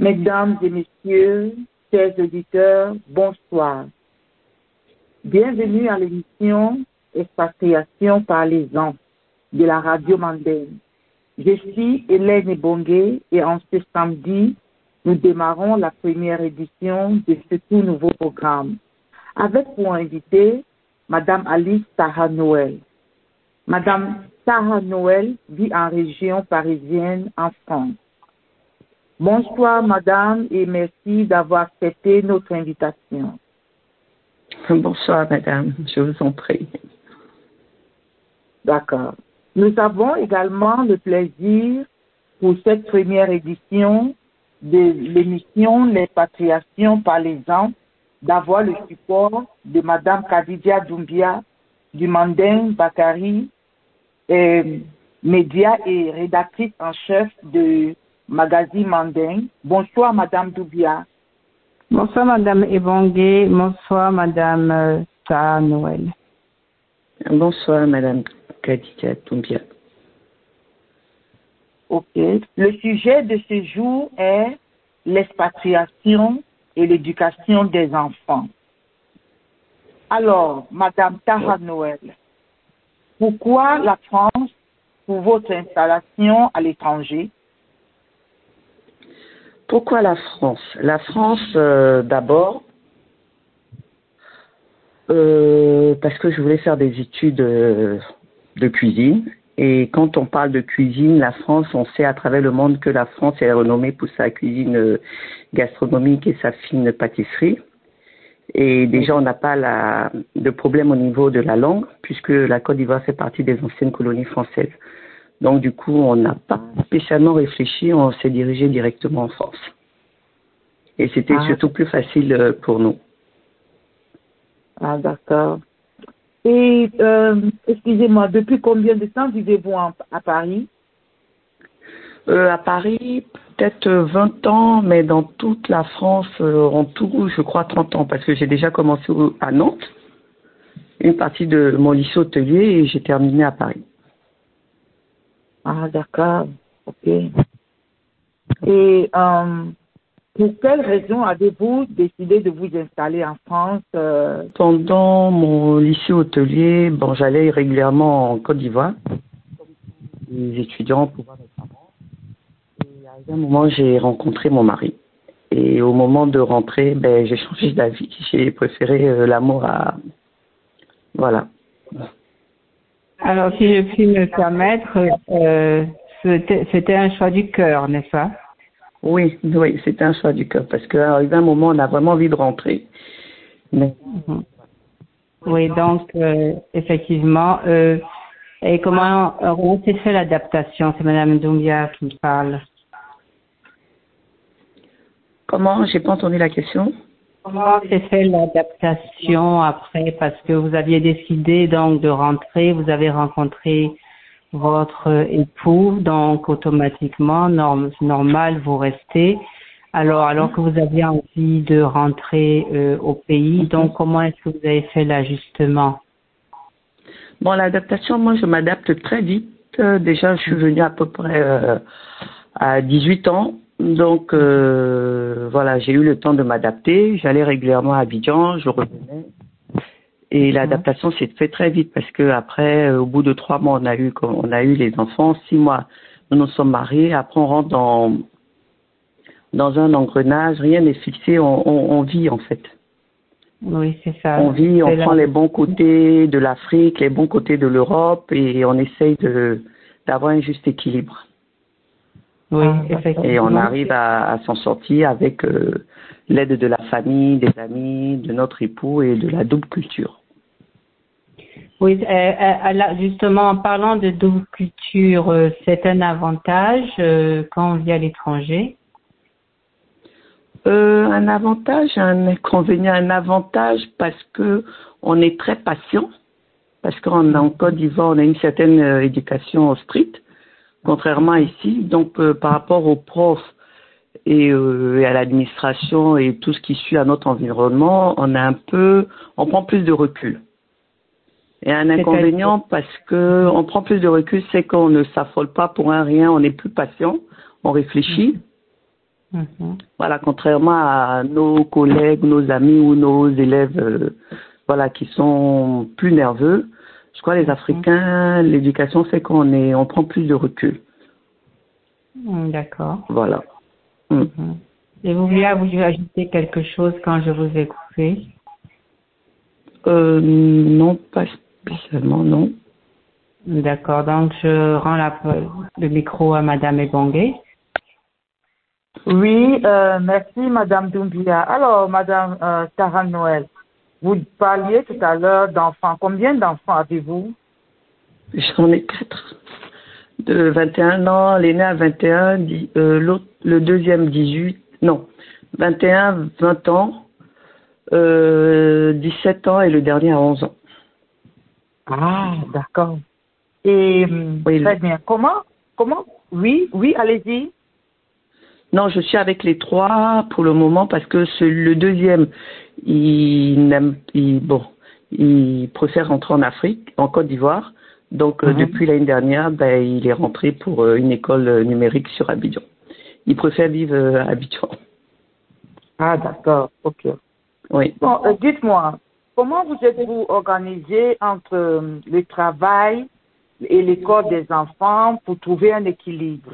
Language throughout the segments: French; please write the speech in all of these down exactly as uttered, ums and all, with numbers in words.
Mesdames et messieurs, chers auditeurs, bonsoir. Bienvenue à l'émission Expatriation par les ans de la radio Mandeng. Je suis Hélène Ebongue et en ce samedi, nous démarrons la première édition de ce tout nouveau programme avec pour invité Madame Alice Taha Noël. Madame Taha Noël vit en région parisienne en France. Bonsoir Madame et merci d'avoir accepté notre invitation. Bonsoir Madame, je vous en prie. D'accord. Nous avons également le plaisir pour cette première édition de l'émission L'expatriation par les ans d'avoir le support de Madame Khadija Doumbia du Mandeng Bakari, euh, média et rédactrice en chef de magazine Mandeng. Bonsoir Madame Doumbia. Bonsoir Madame Ebongue, bonsoir Madame euh, Taha Noël. Bonsoir Madame Khadija Doumbia. Ok. Le sujet de ce jour est l'expatriation et l'éducation des enfants. Alors, Madame Taha Noël, pourquoi la France pour votre installation à l'étranger? Pourquoi la France? La France, euh, d'abord, euh, parce que je voulais faire des études euh, de cuisine. Et quand on parle de cuisine, la France, on sait à travers le monde que la France est renommée pour sa cuisine euh, gastronomique et sa fine pâtisserie. Et déjà, on n'a pas la, de problème au niveau de la langue, puisque la Côte d'Ivoire fait partie des anciennes colonies françaises. Donc, du coup, on n'a pas spécialement réfléchi, on s'est dirigé directement en France. Et c'était ah. surtout plus facile pour nous. Ah, d'accord. Et, euh, excusez-moi, depuis combien de temps vivez-vous en, à Paris? euh, À Paris, peut-être vingt ans, mais dans toute la France, euh, en tout, je crois trente ans, parce que j'ai déjà commencé à Nantes, une partie de mon lycée hôtelier, et j'ai terminé à Paris. Ah, d'accord. Ok. Et euh, pour quelle raison avez-vous décidé de vous installer en France euh... Pendant mon lycée hôtelier, bon, j'allais régulièrement en Côte d'Ivoire, les étudiants pour voir mes parents. Et à un moment, j'ai rencontré mon mari. Et au moment de rentrer, ben, j'ai changé d'avis. J'ai préféré euh, l'amour à... Voilà. Alors, si je puis me permettre, euh, c'était, c'était un choix du cœur, n'est-ce pas? Oui, oui, c'était un choix du cœur, parce qu'à un moment, on a vraiment envie de rentrer. Mais... Mm-hmm. Oui, donc, euh, effectivement, euh, et comment, comment s'est fait l'adaptation? C'est Madame Doumbia qui me parle. Comment? J'ai pas entendu la question. Comment s'est fait l'adaptation après, parce que vous aviez décidé donc de rentrer, vous avez rencontré votre époux, donc automatiquement, norm, normal, vous restez. Alors, alors que vous aviez envie de rentrer euh, au pays, donc comment est-ce que vous avez fait l'ajustement? Bon, l'adaptation, moi, je m'adapte très vite. Euh, déjà, je suis venue à peu près euh, à dix-huit ans. Donc, euh, voilà, j'ai eu le temps de m'adapter. J'allais régulièrement à Abidjan, je revenais. Et l'adaptation s'est faite très vite parce que après, au bout de trois mois, on a eu, on a eu les enfants. Six mois, nous nous sommes mariés. Après, on rentre dans, dans un engrenage. Rien n'est fixé. On, on, on vit, en fait. Oui, c'est ça. On vit, c'est on la... prend les bons côtés de l'Afrique, les bons côtés de l'Europe et on essaye de, d'avoir un juste équilibre. Oui, effectivement. Et on arrive à, à s'en sortir avec euh, l'aide de la famille, des amis, de notre époux et de la double culture. Oui, euh, euh, justement, en parlant de double culture, euh, c'est un avantage euh, quand on vit à l'étranger? Euh, un avantage, un inconvénient, un avantage parce que on est très patient, parce qu'en en Côte d'Ivoire, on a une certaine euh, éducation stricte. Contrairement à ici, donc euh, par rapport aux profs et, euh, et à l'administration et tout ce qui suit à notre environnement, on a un peu, on prend plus de recul. Et un inconvénient parce que on prend plus de recul, c'est qu'on ne s'affole pas pour un rien, on est plus patient, on réfléchit. Mhm. Voilà, contrairement à nos collègues, nos amis ou nos élèves, euh, voilà, qui sont plus nerveux. Je crois que les Mhm. Africains, l'éducation fait qu'on est, on prend plus de recul. Mm, D'accord. Voilà. Mm. Mhm. Et vous vouliez vous ajouter quelque chose quand je vous ai coupé? Euh, non, pas spécialement, non. D'accord. Donc, je rends la, le micro à Madame Ebongue. Oui, euh, merci Madame Doumbia. Alors, Madame euh, Tara Noël, vous parliez tout à l'heure d'enfants. Combien d'enfants avez-vous? J'en ai quatre. De vingt et un ans, l'aîné à vingt et un, dix- euh, l'autre, le deuxième dix-huit, non, vingt et un, vingt ans, euh, dix-sept ans et le dernier à onze ans. Ah, d'accord. Et hum, Oui, très le- bien. Comment, comment? Oui, oui, allez-y. non, je suis avec les trois pour le moment parce que ce, le deuxième, il n'aime, il, bon, il préfère rentrer en Afrique, en Côte d'Ivoire. Donc, euh, Mhm. depuis l'année dernière, ben, il est rentré pour euh, une école euh, numérique sur Abidjan. Il préfère vivre euh, à Abidjan. Ah, d'accord. OK. Oui. Bon, euh, dites-moi, comment vous êtes-vous organisé entre euh, le travail et l'école des enfants pour trouver un équilibre?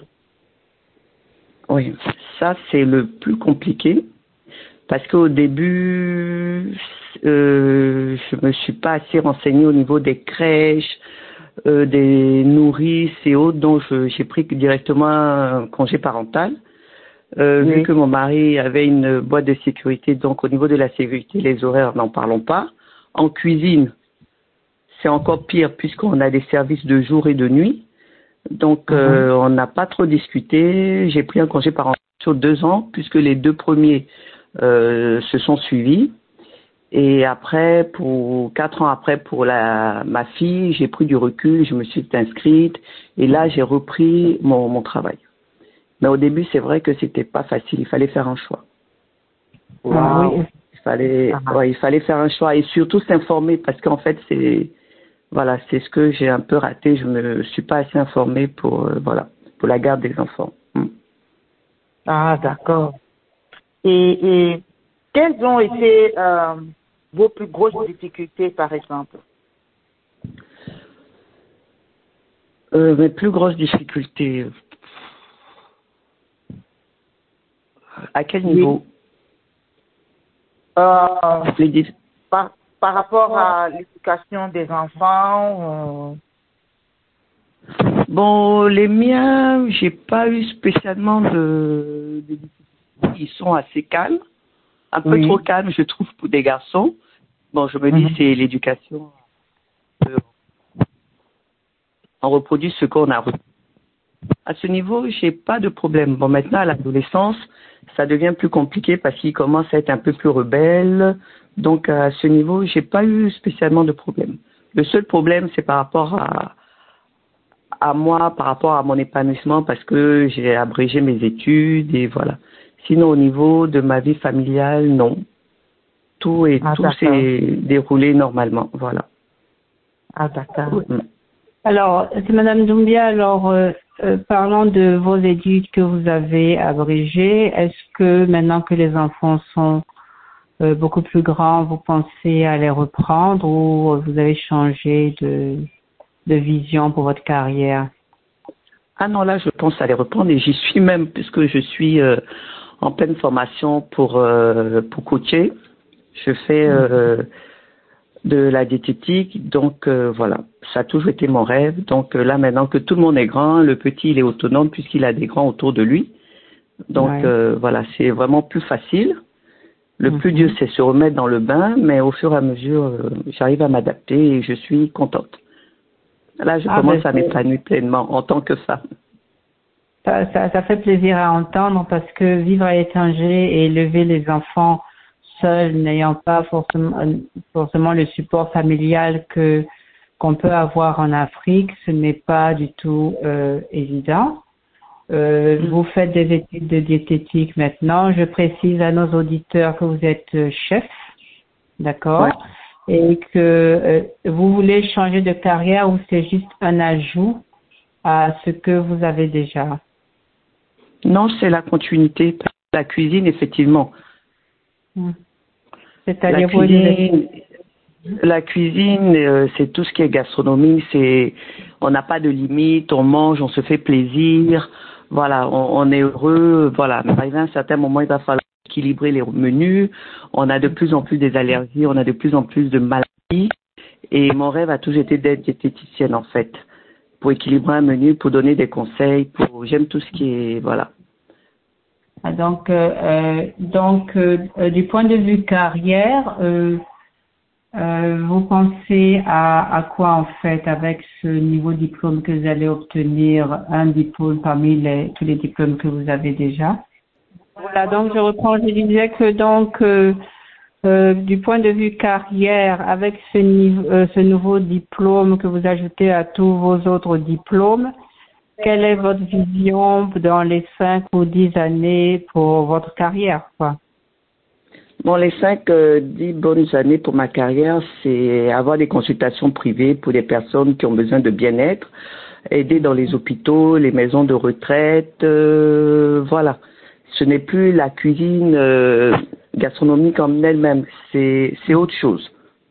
Oui, ça c'est le plus compliqué parce qu'au début, euh, je me suis pas assez renseignée au niveau des crèches, euh, des nourrices et autres, donc je- j'ai pris directement un congé parental. Euh, vu Oui. que mon mari avait une boîte de sécurité, donc au niveau de la sécurité, les horaires, n'en parlons pas. En cuisine, c'est encore pire puisqu'on a des services de jour et de nuit. Donc, Mhm. euh, on n'a pas trop discuté. J'ai pris un congé parental sur deux ans, puisque les deux premiers euh, se sont suivis. Et après, pour quatre ans après, pour la ma fille, j'ai pris du recul, je me suis inscrite, et là, j'ai repris mon, mon travail. Mais au début, c'est vrai que c'était pas facile. Il fallait faire un choix. Ah, oui. Wow. Il fallait, Ah, ouais, il fallait faire un choix et surtout s'informer, parce qu'en fait, c'est voilà, c'est ce que j'ai un peu raté. Je me suis pas assez informée pour euh, voilà pour la garde des enfants. Mm. ah, d'accord. Et, et quelles ont été euh, vos plus grosses difficultés, par exemple? Euh, mes plus grosses difficultés, euh, à quel Oui. niveau? Euh, Les dif- par, par rapport à l'éducation des enfants, euh, Bon, les miens, j'ai pas eu spécialement de, de difficultés. Ils sont assez calmes, un peu trop oui. calmes, je trouve, pour des garçons. Bon, je me dis, Mhm. c'est l'éducation. Euh, On reproduit ce qu'on a reçu. À ce niveau, j'ai pas de problème. Bon, maintenant, à l'adolescence, ça devient plus compliqué parce qu'ils commencent à être un peu plus rebelles. Donc, à ce niveau, j'ai pas eu spécialement de problème. Le seul problème, c'est par rapport à, à moi, par rapport à mon épanouissement, parce que j'ai abrégé mes études et voilà. Sinon, au niveau de ma vie familiale, non. Tout est, Ah, tout d'accord. s'est déroulé normalement. Voilà. Ah, d'accord. Mm. Alors, c'est Madame Doumbia. Alors, euh, euh, parlant de vos études que vous avez abrégées, est-ce que maintenant que les enfants sont euh, beaucoup plus grands, vous pensez à les reprendre ou vous avez changé de, de vision pour votre carrière? Ah non, là, je pense à les reprendre et j'y suis même puisque je suis euh, en pleine formation pour, euh, pour coacher. Je fais Mhm. euh, de la diététique, donc euh, voilà, ça a toujours été mon rêve. Donc euh, là, maintenant que tout le monde est grand, le petit, il est autonome puisqu'il a des grands autour de lui. Donc Oui. euh, voilà, c'est vraiment plus facile. Le plus dur, Mhm. c'est se remettre dans le bain, mais au fur et à mesure, euh, j'arrive à m'adapter et je suis contente. Là, je Ah ben, commence à c'est- m'épanouir pleinement en tant que femme. ça, ça, ça fait plaisir à entendre parce que vivre à l'étranger et élever les enfants seuls, n'ayant pas forcément, forcément le support familial que qu'on peut avoir en Afrique, ce n'est pas du tout euh, évident. Euh, Mm. vous faites des études de diététique maintenant. Je précise à nos auditeurs que vous êtes euh, chef, Ouais. d'accord, et que euh, vous voulez changer de carrière ou c'est juste un ajout à ce que vous avez déjà. Non, c'est la continuité. La cuisine, effectivement. Mmh. La C'est-à-dire vous cuisine, la cuisine, euh, c'est tout ce qui est gastronomie. C'est, on n'a pas de limite, on mange, on se fait plaisir. Voilà, on, on est heureux. Voilà, mais arrivé à un certain moment, il va falloir équilibrer les menus. On a de plus en plus des allergies, on a de plus en plus de maladies. Et mon rêve a toujours été d'être diététicienne, en fait, pour équilibrer un menu, pour donner des conseils. Pour, j'aime tout ce qui est, voilà. Ah, donc, euh, euh, donc euh, euh, du point de vue carrière, euh, euh, vous pensez à, à quoi en fait avec ce niveau de diplôme que vous allez obtenir, un diplôme parmi les, tous les diplômes que vous avez déjà? Voilà, donc je reprends, je disais que donc euh, euh, du point de vue carrière, avec ce, niveau, euh, ce nouveau diplôme que vous ajoutez à tous vos autres diplômes, quelle est votre vision dans les cinq ou dix années pour votre carrière, quoi? Bon, les cinq, euh, dix bonnes années pour ma carrière, c'est avoir des consultations privées pour des personnes qui ont besoin de bien-être, aider dans les hôpitaux, les maisons de retraite, euh, voilà. Ce n'est plus la cuisine euh, gastronomique en elle-même, c'est c'est autre chose.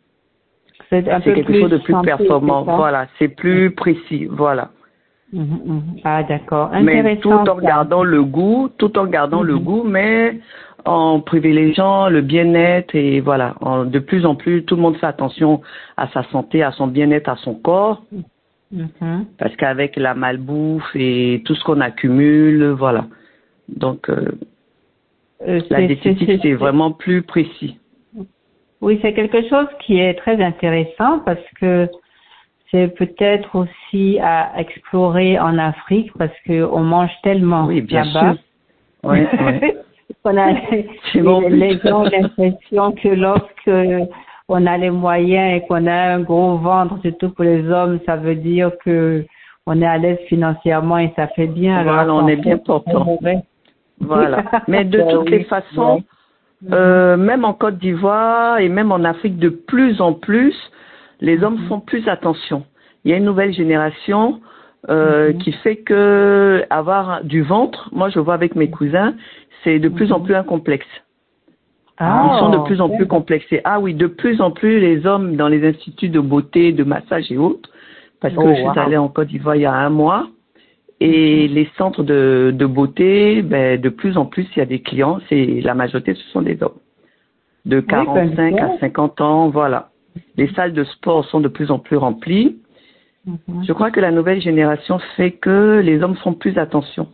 C'est un C'est peu quelque plus chose de plus santé, performant, c'est ça? voilà, c'est plus précis, voilà. Mhm, mhm. Ah, d'accord. Mais Intéressant. tout en ça. gardant le goût, tout en gardant le Mhm. goût, mais en privilégiant le bien-être et voilà, en, de plus en plus, tout le monde fait attention à sa santé, à son bien-être, à son corps, Mhm. parce qu'avec la malbouffe et tout ce qu'on accumule, voilà. Donc, euh, Euh, la c'est- c'est- diététique, c'est- c'est c'est- vraiment plus précis. Oui, c'est quelque chose qui est très intéressant parce que c'est peut-être aussi à explorer en Afrique parce que on mange tellement Oui, bien là-bas. sûr. Oui, oui. On a, C'est mon les, but. les gens ont l'impression que lorsque on a les moyens et qu'on a un gros ventre, surtout pour les hommes, ça veut dire que on est à l'aise financièrement et ça fait bien. Voilà, Alors on qu'en est bien fait, c'est portant. mauvais. Voilà. Mais de Ben toutes les oui, façons, ouais. euh, même en Côte d'Ivoire et même en Afrique, de plus en plus, les hommes Mhm. font plus attention. Il y a une nouvelle génération euh, Mhm. qui fait que avoir du ventre, moi je vois avec mes cousins, c'est de plus en Mhm. plus un complexe. Ah, Ils sont de plus en bien. plus complexés. Ah oui, de plus en plus les hommes dans les instituts de beauté, de massage et autres, parce que Oh, je suis wow. allée en Côte d'Ivoire il y a un mois. Et les centres de, de beauté, ben, de plus en plus, il y a des clients, c'est la majorité, ce sont des hommes. De Oui, ben, quarante-cinq à bien. cinquante ans, voilà. Les salles de sport sont de plus en plus remplies. Mhm. Je crois que la nouvelle génération fait que les hommes font plus attention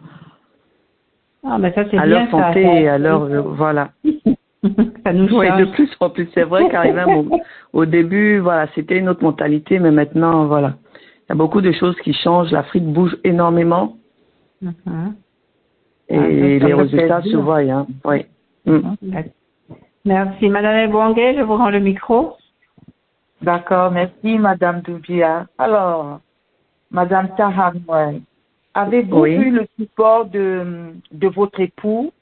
Ah, mais ça, c'est à bien, leur ça. santé Ça, et à leur, euh, voilà. ça nous Oui, de change. plus en plus. C'est vrai qu'arrivé un moment, au début, voilà, c'était une autre mentalité, mais maintenant, voilà. Il y a beaucoup de choses qui changent. L'Afrique bouge énormément. Mhm. Et Ah, ça, ça les me fait résultats se plaisir. voient, hein. Oui. Mm. Mhm. Merci. Madame Ebouangué, je vous rends le micro. D'accord, merci Madame Doubia. Alors, Madame Tahamouai, avez-vous Oui. eu le support de, de votre époux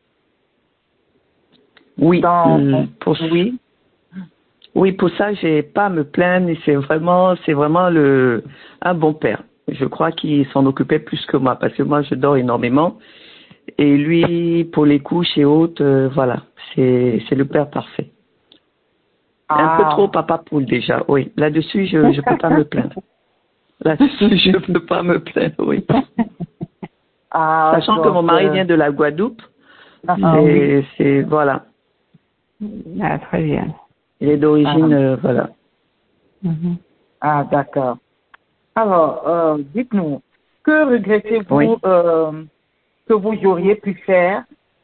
Oui. dans... Mm, Pour, Oui, oui, pour ça, j'ai pas à me plaindre. Et c'est vraiment, c'est vraiment le, un bon père. Je crois qu'il s'en occupait plus que moi parce que moi, je dors énormément. Et lui, pour les couches et autres, euh, voilà, c'est, c'est le père parfait. Un peu ah, trop papa poule déjà, oui. Là-dessus, je ne peux pas me plaindre. Là-dessus, je ne peux pas me plaindre, oui. ah, Sachant que mon donc, mari euh, vient de la Guadeloupe, ah, ah, oui, c'est, c'est, voilà. Ah, très bien. Il est ah, d'origine, euh, voilà. Mhm. ah, d'accord. Alors, euh, dites-nous, que regrettez-vous Oui. euh, que vous auriez pu faire?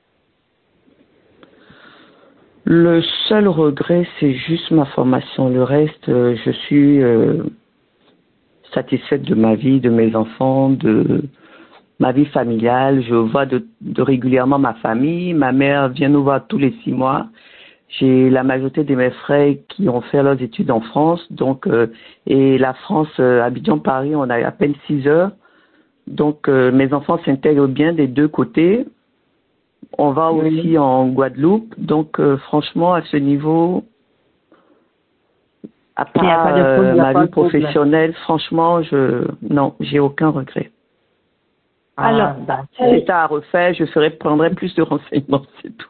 Le seul regret, c'est juste ma formation. Le reste, euh, je suis euh, satisfaite de ma vie, de mes enfants, de ma vie familiale. Je vois de, de régulièrement ma famille. Ma mère vient nous voir tous les six mois. J'ai la majorité de mes frères qui ont fait leurs études en France. Donc, euh, et la France, euh, Abidjan-Paris, on a à peine six heures. Donc, euh, mes enfants s'intègrent bien des deux côtés. On va Oui. aussi en Guadeloupe. Donc, euh, franchement, à ce niveau, à Il n'y a part pas de faute, il euh, n'y a ma pas vie de problème. professionnelle, franchement, je non, j'ai aucun regret. Alors, Ah, Si c'était à refaire, je ferais, prendrais plus de renseignements, c'est tout.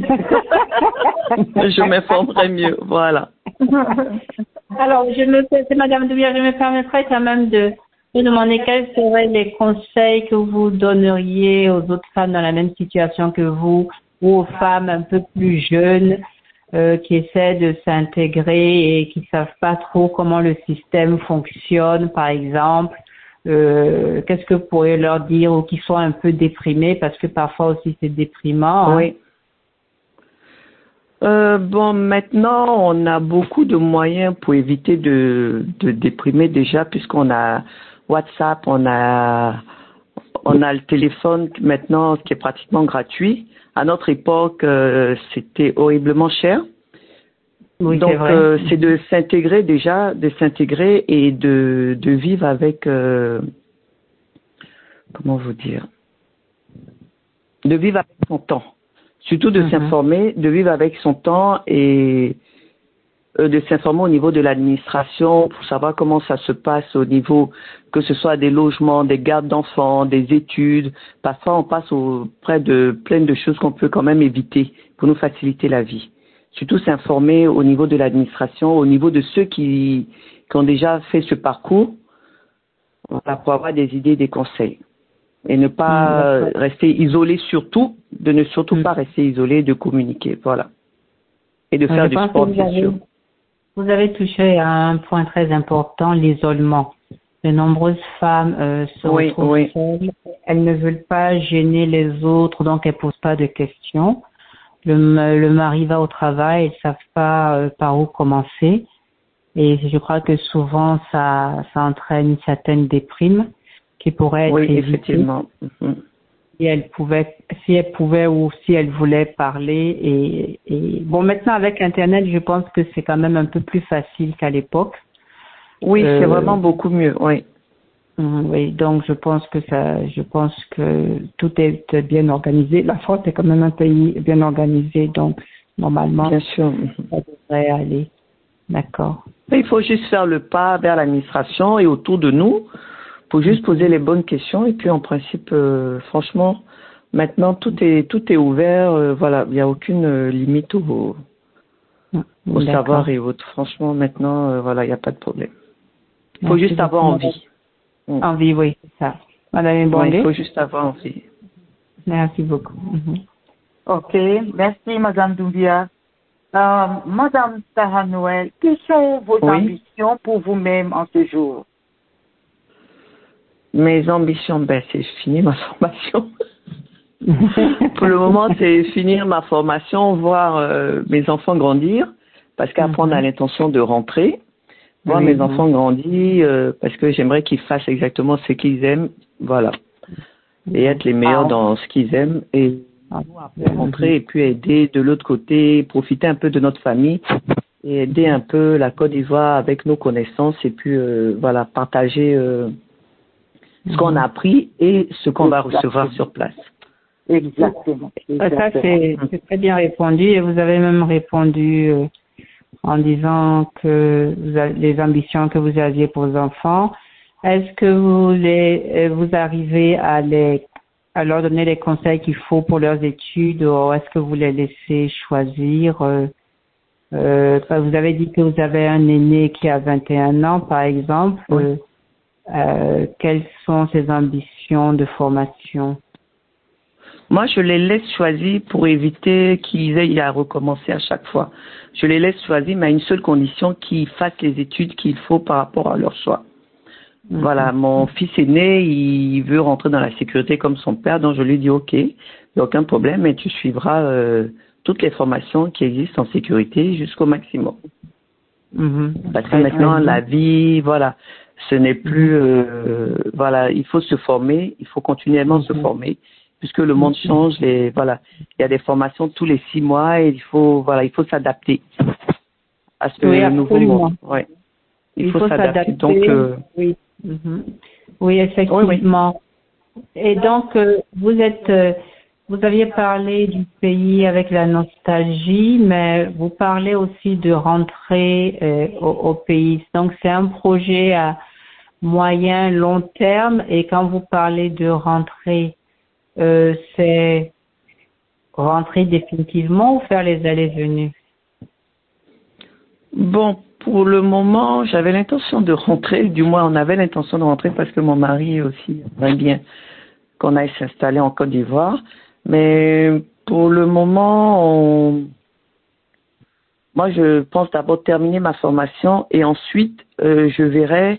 Je m'informerai mieux, voilà. Alors, je me, c'est Madame Douillard, je me permettrai quand même de vous demander quels seraient les conseils que vous donneriez aux autres femmes dans la même situation que vous, ou aux femmes un peu plus jeunes euh, qui essaient de s'intégrer et qui savent pas trop comment le système fonctionne, par exemple. Euh, qu'est-ce que vous pourriez leur dire, ou qui sont un peu déprimés, parce que parfois aussi c'est déprimant. Hein. Oui. Euh, bon, maintenant, on a beaucoup de moyens pour éviter de, de déprimer déjà, puisqu'on a WhatsApp, on a, on a le téléphone maintenant qui est pratiquement gratuit. À notre époque, euh, c'était horriblement cher. Oui, Donc, c'est vrai. euh, c'est de s'intégrer déjà, de s'intégrer et de, de vivre avec, euh, comment vous dire, de vivre avec son temps. Surtout de Mhm. s'informer, de vivre avec son temps et euh, de s'informer au niveau de l'administration pour savoir comment ça se passe au niveau, que ce soit des logements, des gardes d'enfants, des études. Parfois, on passe auprès de plein de choses qu'on peut quand même éviter pour nous faciliter la vie. Surtout s'informer au niveau de l'administration, au niveau de ceux qui, qui ont déjà fait ce parcours, voilà, pour avoir des idées, des conseils. Et ne pas Mmh, rester isolé surtout, de ne surtout mmh. pas rester isolé, de communiquer, voilà. Et de Je faire du pense sport, que vous bien avez, sûr. vous avez touché à un point très important, l'isolement. De nombreuses femmes euh, se Oui, retrouvent oui. seules. Elles ne veulent pas gêner les autres, donc elles posent pas de questions. Le, m- le mari va au travail, elles ne savent pas euh, par où commencer. Et je crois que souvent, ça, ça entraîne une certaine déprime qui pourrait être Oui, évitée effectivement. Mhm. si elle pouvait, si elle pouvait ou si elle voulait parler. Et, et bon, maintenant avec Internet, je pense que c'est quand même un peu plus facile qu'à l'époque. Oui, c'est Euh, vraiment beaucoup mieux, oui. hum, oui, donc je pense que ça, je pense que tout est bien organisé. La France est quand même un pays bien organisé, donc normalement Bien sûr. Mhm. ça devrait aller. D'accord. Mais il faut juste faire le pas vers l'administration et autour de nous pour juste poser les bonnes questions. Et puis, en principe, euh, franchement, maintenant, tout est tout est ouvert. euh, voilà, il n'y a aucune euh, limite au, Hum, au savoir D'accord. et autres. Franchement, maintenant, euh, voilà, il n'y a pas de problème. Il faut Merci juste avoir beaucoup, madame. envie. Mm. Envie, oui, c'est ça. Madame Ouais, il Bondé, faut juste avoir envie. merci beaucoup. Mhm. Ok, merci Madame Doumbia. Euh, Madame Sarah Noël, quelles sont vos Oui. ambitions pour vous-même en ce jour? Mes ambitions, ben, c'est finir ma formation. Pour le moment, c'est finir ma formation, voir euh, mes enfants grandir, parce qu'après, on a Mhm. l'intention de rentrer, voir Oui. mes enfants grandir, euh, parce que j'aimerais qu'ils fassent exactement ce qu'ils aiment, voilà, et être les meilleurs Ah, dans ce qu'ils aiment, et Ah, rentrer et puis aider de l'autre côté, profiter un peu de notre famille, et aider un peu la Côte d'Ivoire avec nos connaissances, et puis, euh, voilà, partager euh, ce qu'on a appris et ce qu'on va recevoir sur place. exactement. Ça, exactement. c'est c'est très bien répondu, et vous avez même répondu euh, en disant que vous avez, les ambitions que vous aviez pour vos enfants. Est-ce que vous les, euh, vous arrivez à les, à leur donner les conseils qu'il faut pour leurs études, ou est-ce que vous les laissez choisir? euh, euh, vous avez dit que vous avez un aîné qui a vingt et un ans, par exemple. Oui. Euh, euh, quelles sont ses ambitions de formation? Moi, je les laisse choisir pour éviter qu'ils aient à recommencer à chaque fois. Je les laisse choisir, mais à une seule condition, qu'ils fassent les études qu'il faut par rapport à leur choix. Mhm. Voilà, mon fils aîné, il veut rentrer dans la sécurité comme son père, donc je lui dis ok, il n'y a aucun problème, mais tu suivras euh, toutes les formations qui existent en sécurité jusqu'au maximum. Mhm. Parce que Très, maintenant, très bien. la vie, voilà, ce n'est plus, euh, voilà, il faut se former, il faut continuellement se Mhm. former, puisque le monde change, les, voilà, il y a des formations tous les six mois et il faut, voilà, il faut s'adapter à ce Oui, nouveau absolument. monde. Ouais, il, Il faut, faut s'adapter. s'adapter. Donc, euh, Oui. Mhm. Oui, oui, oui. effectivement. Et donc, euh, vous êtes, euh, vous aviez parlé du pays avec la nostalgie, mais vous parlez aussi de rentrer euh, au, au pays. Donc, c'est un projet à, moyen, long terme. Et quand vous parlez de rentrer, euh, c'est rentrer définitivement ou faire les allées-venues? Bon, pour le moment, j'avais l'intention de rentrer, du moins on avait l'intention de rentrer parce que mon mari aussi aimerait bien qu'on aille s'installer en Côte d'Ivoire. Mais pour le moment, on... moi je pense d'abord terminer ma formation et ensuite euh, je verrai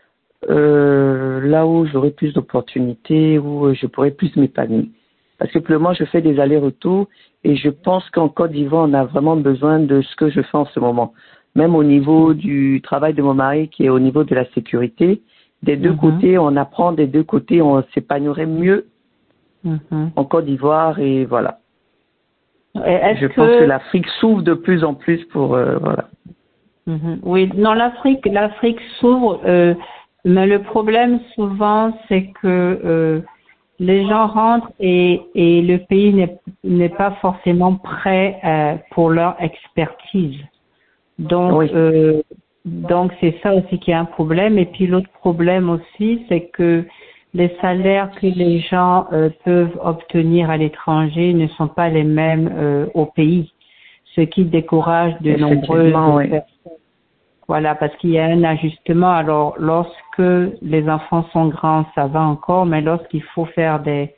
euh, là où j'aurai plus d'opportunités, où je pourrai plus m'épanouir. Parce que pour le moment, je fais des allers-retours et je pense qu'en Côte d'Ivoire, on a vraiment besoin de ce que je fais en ce moment. Même au niveau du travail de mon mari, qui est au niveau de la sécurité, des deux mm-hmm. côtés, on apprend des deux côtés, on s'épanouirait mieux mm-hmm. en Côte d'Ivoire et voilà. Et je que... pense que l'Afrique s'ouvre de plus en plus pour euh, voilà. Mm-hmm. Oui, non, l'Afrique, l'Afrique s'ouvre, euh, mais le problème souvent, c'est que euh, les gens rentrent et, et le pays n'est, n'est pas forcément prêt euh, pour leur expertise. Donc, oui. euh, donc c'est ça aussi qui est un problème. Et puis l'autre problème aussi, c'est que les salaires que les gens euh, peuvent obtenir à l'étranger ne sont pas les mêmes euh, au pays, ce qui décourage de nombreuses oui. personnes. Voilà, parce qu'il y a un ajustement. Alors, lorsque les enfants sont grands, ça va encore, mais lorsqu'il faut faire des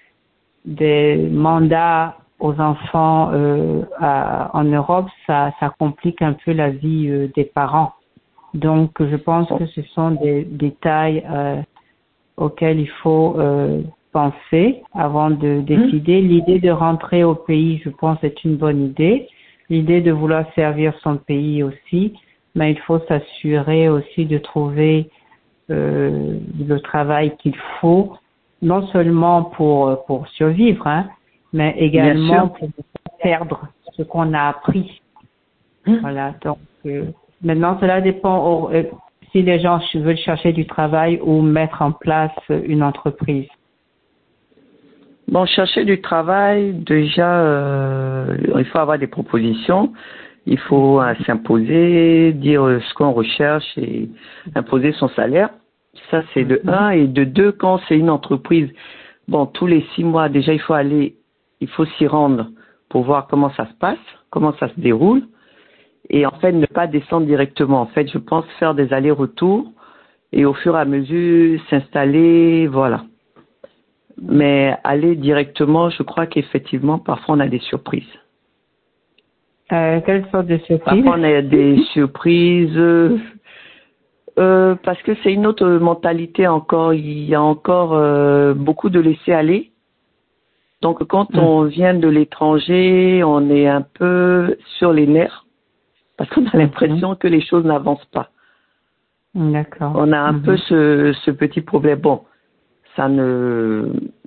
des mandats aux enfants euh, à, en Europe, ça, ça complique un peu la vie euh, des parents. Donc, je pense que ce sont des détails euh, auxquels il faut euh, penser avant de décider. Mmh. L'idée de rentrer au pays, je pense, est une bonne idée. L'idée de vouloir servir son pays aussi, mais il faut s'assurer aussi de trouver euh, le travail qu'il faut, non seulement pour pour survivre, hein, mais également pour ne pas perdre ce qu'on a appris. Mmh. Voilà. Donc euh, maintenant, cela dépend euh, si les gens veulent chercher du travail ou mettre en place une entreprise. Bon, chercher du travail, déjà, euh, il faut avoir des propositions. Il faut euh, s'imposer, dire euh, ce qu'on recherche et imposer son salaire. Ça, c'est de un. Et de deux, quand c'est une entreprise, bon, tous les six mois, déjà, il faut aller, il faut s'y rendre pour voir comment ça se passe, comment ça se déroule. Et en fait, ne pas descendre directement. En fait, je pense faire des allers-retours et au fur et à mesure s'installer, voilà. Mais aller directement, je crois qu'effectivement, parfois, on a des surprises. Euh, quelle sorte de surprise? Parfois, on a des surprises... Euh, Euh, parce que c'est une autre mentalité encore. Il y a encore euh, beaucoup de laisser aller. Donc quand mmh. on vient de l'étranger, on est un peu sur les nerfs parce qu'on a l'impression mmh. que les choses n'avancent pas. D'accord. On a un mmh. peu ce, ce petit problème. Bon, ça ne,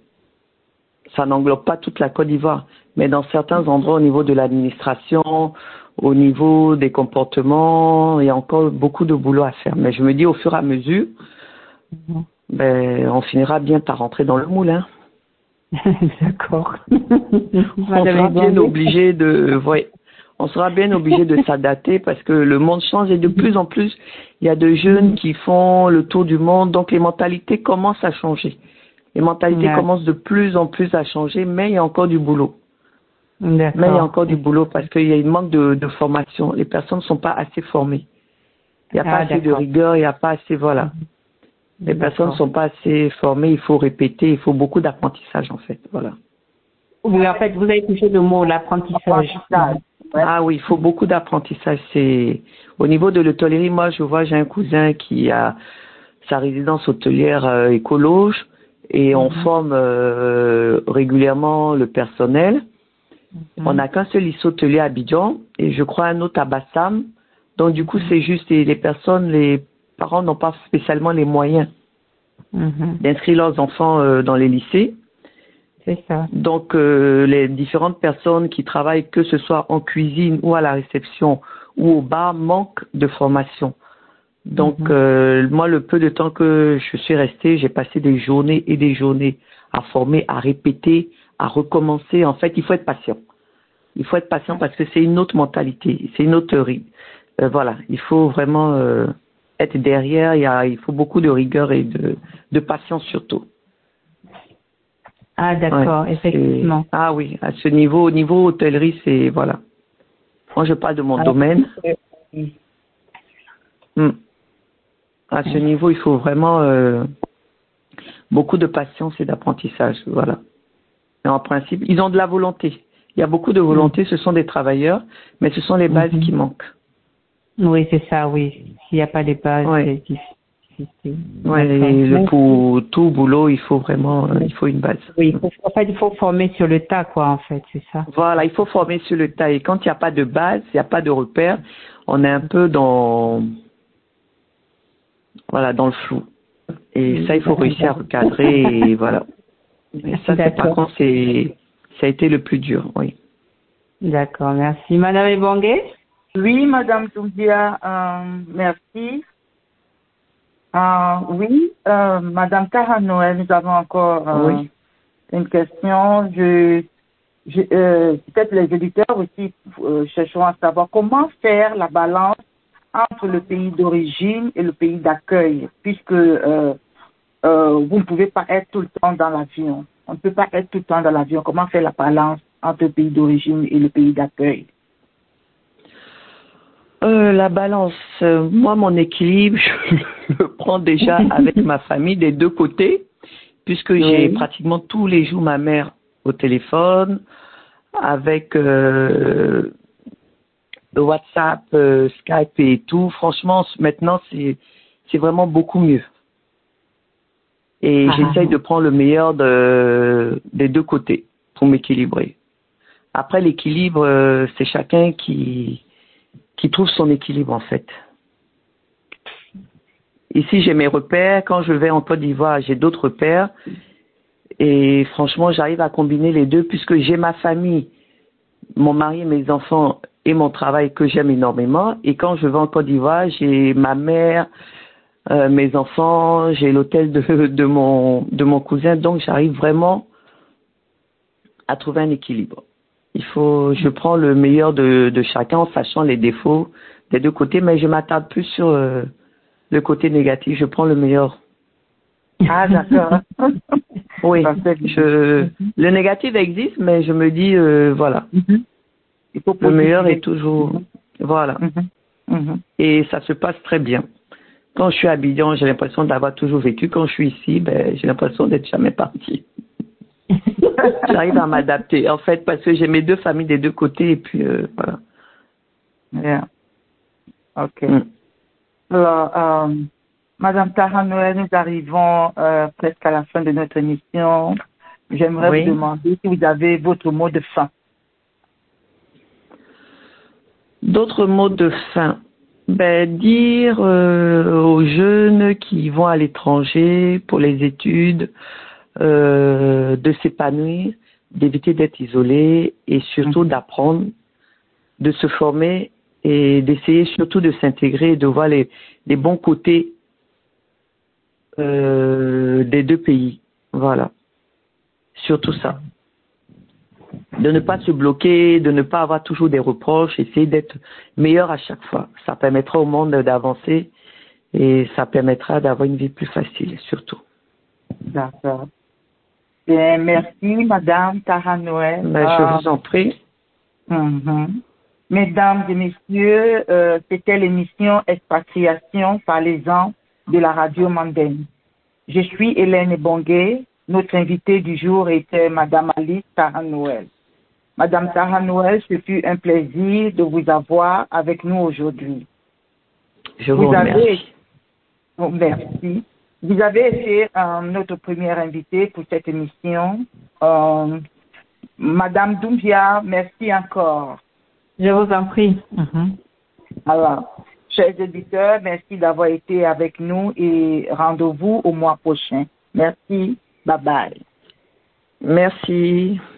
ça n'englobe pas toute la Côte d'Ivoire, mais dans certains endroits au niveau de l'administration, au niveau des comportements, il y a encore beaucoup de boulot à faire. Mais je me dis au fur et à mesure, mmh. ben, on finira bien par rentrer dans le moule. Hein. D'accord. on sera bien obligé de, ouais, on sera bien obligé de s'adapter parce que le monde change et de plus en plus, il y a de jeunes mmh. qui font le tour du monde, donc les mentalités commencent à changer. Les mentalités ouais. commencent de plus en plus à changer, mais il y a encore du boulot. D'accord. Mais il y a encore du boulot parce qu'il y a un manque de, de formation. Les personnes ne sont pas assez formées. Il n'y a ah, pas assez d'accord. de rigueur, il n'y a pas assez, voilà. Les d'accord. personnes ne sont pas assez formées, il faut répéter, il faut beaucoup d'apprentissage en fait, voilà. Oui, en fait, vous avez touché le mot, l'apprentissage. Ouais. Ah oui, il faut beaucoup d'apprentissage. C'est au niveau de l'hôtellerie, moi je vois, j'ai un cousin qui a sa résidence hôtelière euh, écologe et mm-hmm. on forme euh, régulièrement le personnel. Mm-hmm. On n'a qu'un seul lycée hôtelier à Abidjan et je crois un autre à Bassam. Donc du coup, mm-hmm. c'est juste et les personnes, les parents n'ont pas spécialement les moyens mm-hmm. d'inscrire leurs enfants euh, dans les lycées. C'est ça. Donc euh, les différentes personnes qui travaillent, que ce soit en cuisine ou à la réception ou au bar, manquent de formation. Donc mm-hmm. euh, moi, le peu de temps que je suis restée, j'ai passé des journées et des journées à former, à répéter, à recommencer. En fait, il faut être patient. Il faut être patient parce que c'est une autre mentalité, c'est une autre euh, voilà. Il faut vraiment euh, être derrière, il, y a, il faut beaucoup de rigueur et de, de patience surtout. Ah, d'accord, ouais, effectivement. Ah oui, à ce niveau, au niveau hôtellerie, c'est, voilà. Moi, je parle de mon ah, domaine. Oui. Hmm. À ce niveau, il faut vraiment euh, beaucoup de patience et d'apprentissage, voilà. Et en principe, ils ont de la volonté. Il y a beaucoup de volonté, mmh. Ce sont des travailleurs, mais ce sont les bases mmh. qui manquent. Oui, c'est ça, oui. S'il n'y a pas les bases, ouais. c'est difficile. Ouais, et le, pour tout boulot, il faut vraiment, euh, il faut une base. Oui, il faut, en fait, il faut former sur le tas, quoi, en fait, c'est ça. Voilà, il faut former sur le tas. Et quand il n'y a pas de base, il n'y a pas de repère, on est un peu dans, voilà, dans le flou. Et oui, ça, il faut réussir à recadrer, et voilà. Et ça, c'est, par contre, c'est, ça a été le plus dur, oui. D'accord, merci. Madame Ebongue? Oui, Madame Doumbia, euh, merci. Euh, oui, euh, Madame Tara Noël, nous avons encore euh, oui. une question. Je, je, euh, peut-être les éditeurs aussi euh, chercheront à savoir comment faire la balance entre le pays d'origine et le pays d'accueil, puisque euh, euh, vous ne pouvez pas être tout le temps dans l'avion. On ne peut pas être tout le temps dans l'avion. Comment faire la balance entre le pays d'origine et le pays d'accueil? Euh, la balance, euh, moi, mon équilibre, je le prends déjà avec ma famille des deux côtés, puisque oui. j'ai pratiquement tous les jours ma mère au téléphone, avec euh, le WhatsApp, euh, Skype et tout. Franchement, maintenant, c'est, c'est vraiment beaucoup mieux. Et ah, j'essaye de prendre le meilleur de, des deux côtés pour m'équilibrer. Après, l'équilibre, euh, c'est chacun qui... qui trouve son équilibre en fait. Ici, j'ai mes repères. Quand je vais en Côte d'Ivoire, j'ai d'autres repères. Et franchement, j'arrive à combiner les deux puisque j'ai ma famille, mon mari, mes enfants et mon travail que j'aime énormément. Et quand je vais en Côte d'Ivoire, j'ai ma mère, euh, mes enfants, j'ai l'hôtel de, de, mon, de mon cousin. Donc, j'arrive vraiment à trouver un équilibre. Il faut, je prends le meilleur de, de chacun en sachant les défauts des deux côtés, mais je m'attarde plus sur euh, le côté négatif. Je prends le meilleur. Ah, d'accord. Oui, je, le négatif existe, mais je me dis, euh, voilà, mm-hmm. il faut le meilleur est toujours, mm-hmm. voilà. Mm-hmm. Mm-hmm. Et ça se passe très bien. Quand je suis à Abidjan, j'ai l'impression d'avoir toujours vécu. Quand je suis ici, ben, j'ai l'impression d'être jamais partie. J'arrive à m'adapter, en fait, parce que j'ai mes deux familles des deux côtés, et puis euh, voilà. Yeah. Ok. Mm. Alors, euh, Madame Tara Noël, nous arrivons euh, presque à la fin de notre émission. J'aimerais oui. vous demander si vous avez votre mot de fin. D'autres mots de fin. Ben, dire euh, aux jeunes qui vont à l'étranger pour les études, Euh, de s'épanouir, d'éviter d'être isolé et surtout mmh. d'apprendre, de se former et d'essayer surtout de s'intégrer et de voir les, les bons côtés euh, des deux pays. Voilà. Surtout ça. De ne pas se bloquer, de ne pas avoir toujours des reproches, essayer d'être meilleur à chaque fois. Ça permettra au monde d'avancer et ça permettra d'avoir une vie plus facile, surtout. D'accord. Bien, merci, Madame Tara Noël. Ben, je euh, vous en prie. Mm-hmm. Mesdames et messieurs, euh, c'était l'émission Expatriation, parlez-en de la radio Mondaine. Je suis Hélène Ebongue. Notre invitée du jour était Madame Alice Tara Noël. Madame Tara Noël, ce fut un plaisir de vous avoir avec nous aujourd'hui. Je vous, vous remercie. Avez... Oh, merci. Vous avez été euh, notre première invitée pour cette émission. Euh, Madame Doumbia, merci encore. Je vous en prie. Mm-hmm. Alors, chers auditeurs, merci d'avoir été avec nous et rendez-vous au mois prochain. Merci. Bye bye. Merci.